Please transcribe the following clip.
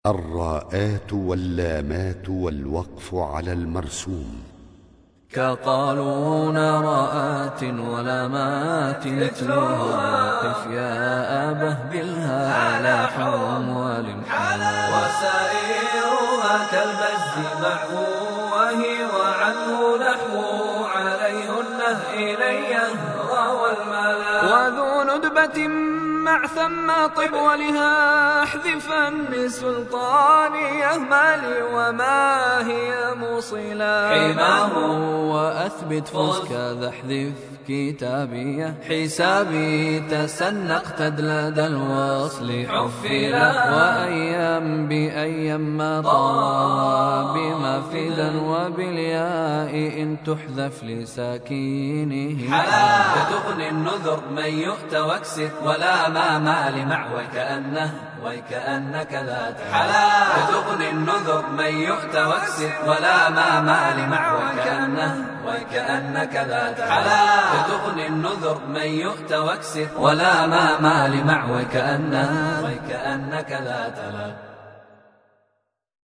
الراءات واللامات والوقف على المرسوم. كقالون راءات ولامات مثلها قف يا أبه بالها لا حوم والمحلا وسائرها كالبز معه وهي وعنه نحو عليهن إلي الهوى والملا وذو ندبة مع ثم طب ولها احذفا لسلطان يهمل وما هي موصلا حماه وأثبت فزك ذا احذف كتابية حسابي تسنقت لدى الوصل حفلا وأيام بأيام ما طاب بمفيدا وبالياء إن تحذف لساكينه حلا تغني النذر من يؤت واكسر ولا ما لمع وكأنك ذات حلا تغني النذر من يؤت واكسر ولا ما لمع وكأنك ذات حلا تغني النذر من يؤت واكسر ولا ما لمع وكأنك ذات لا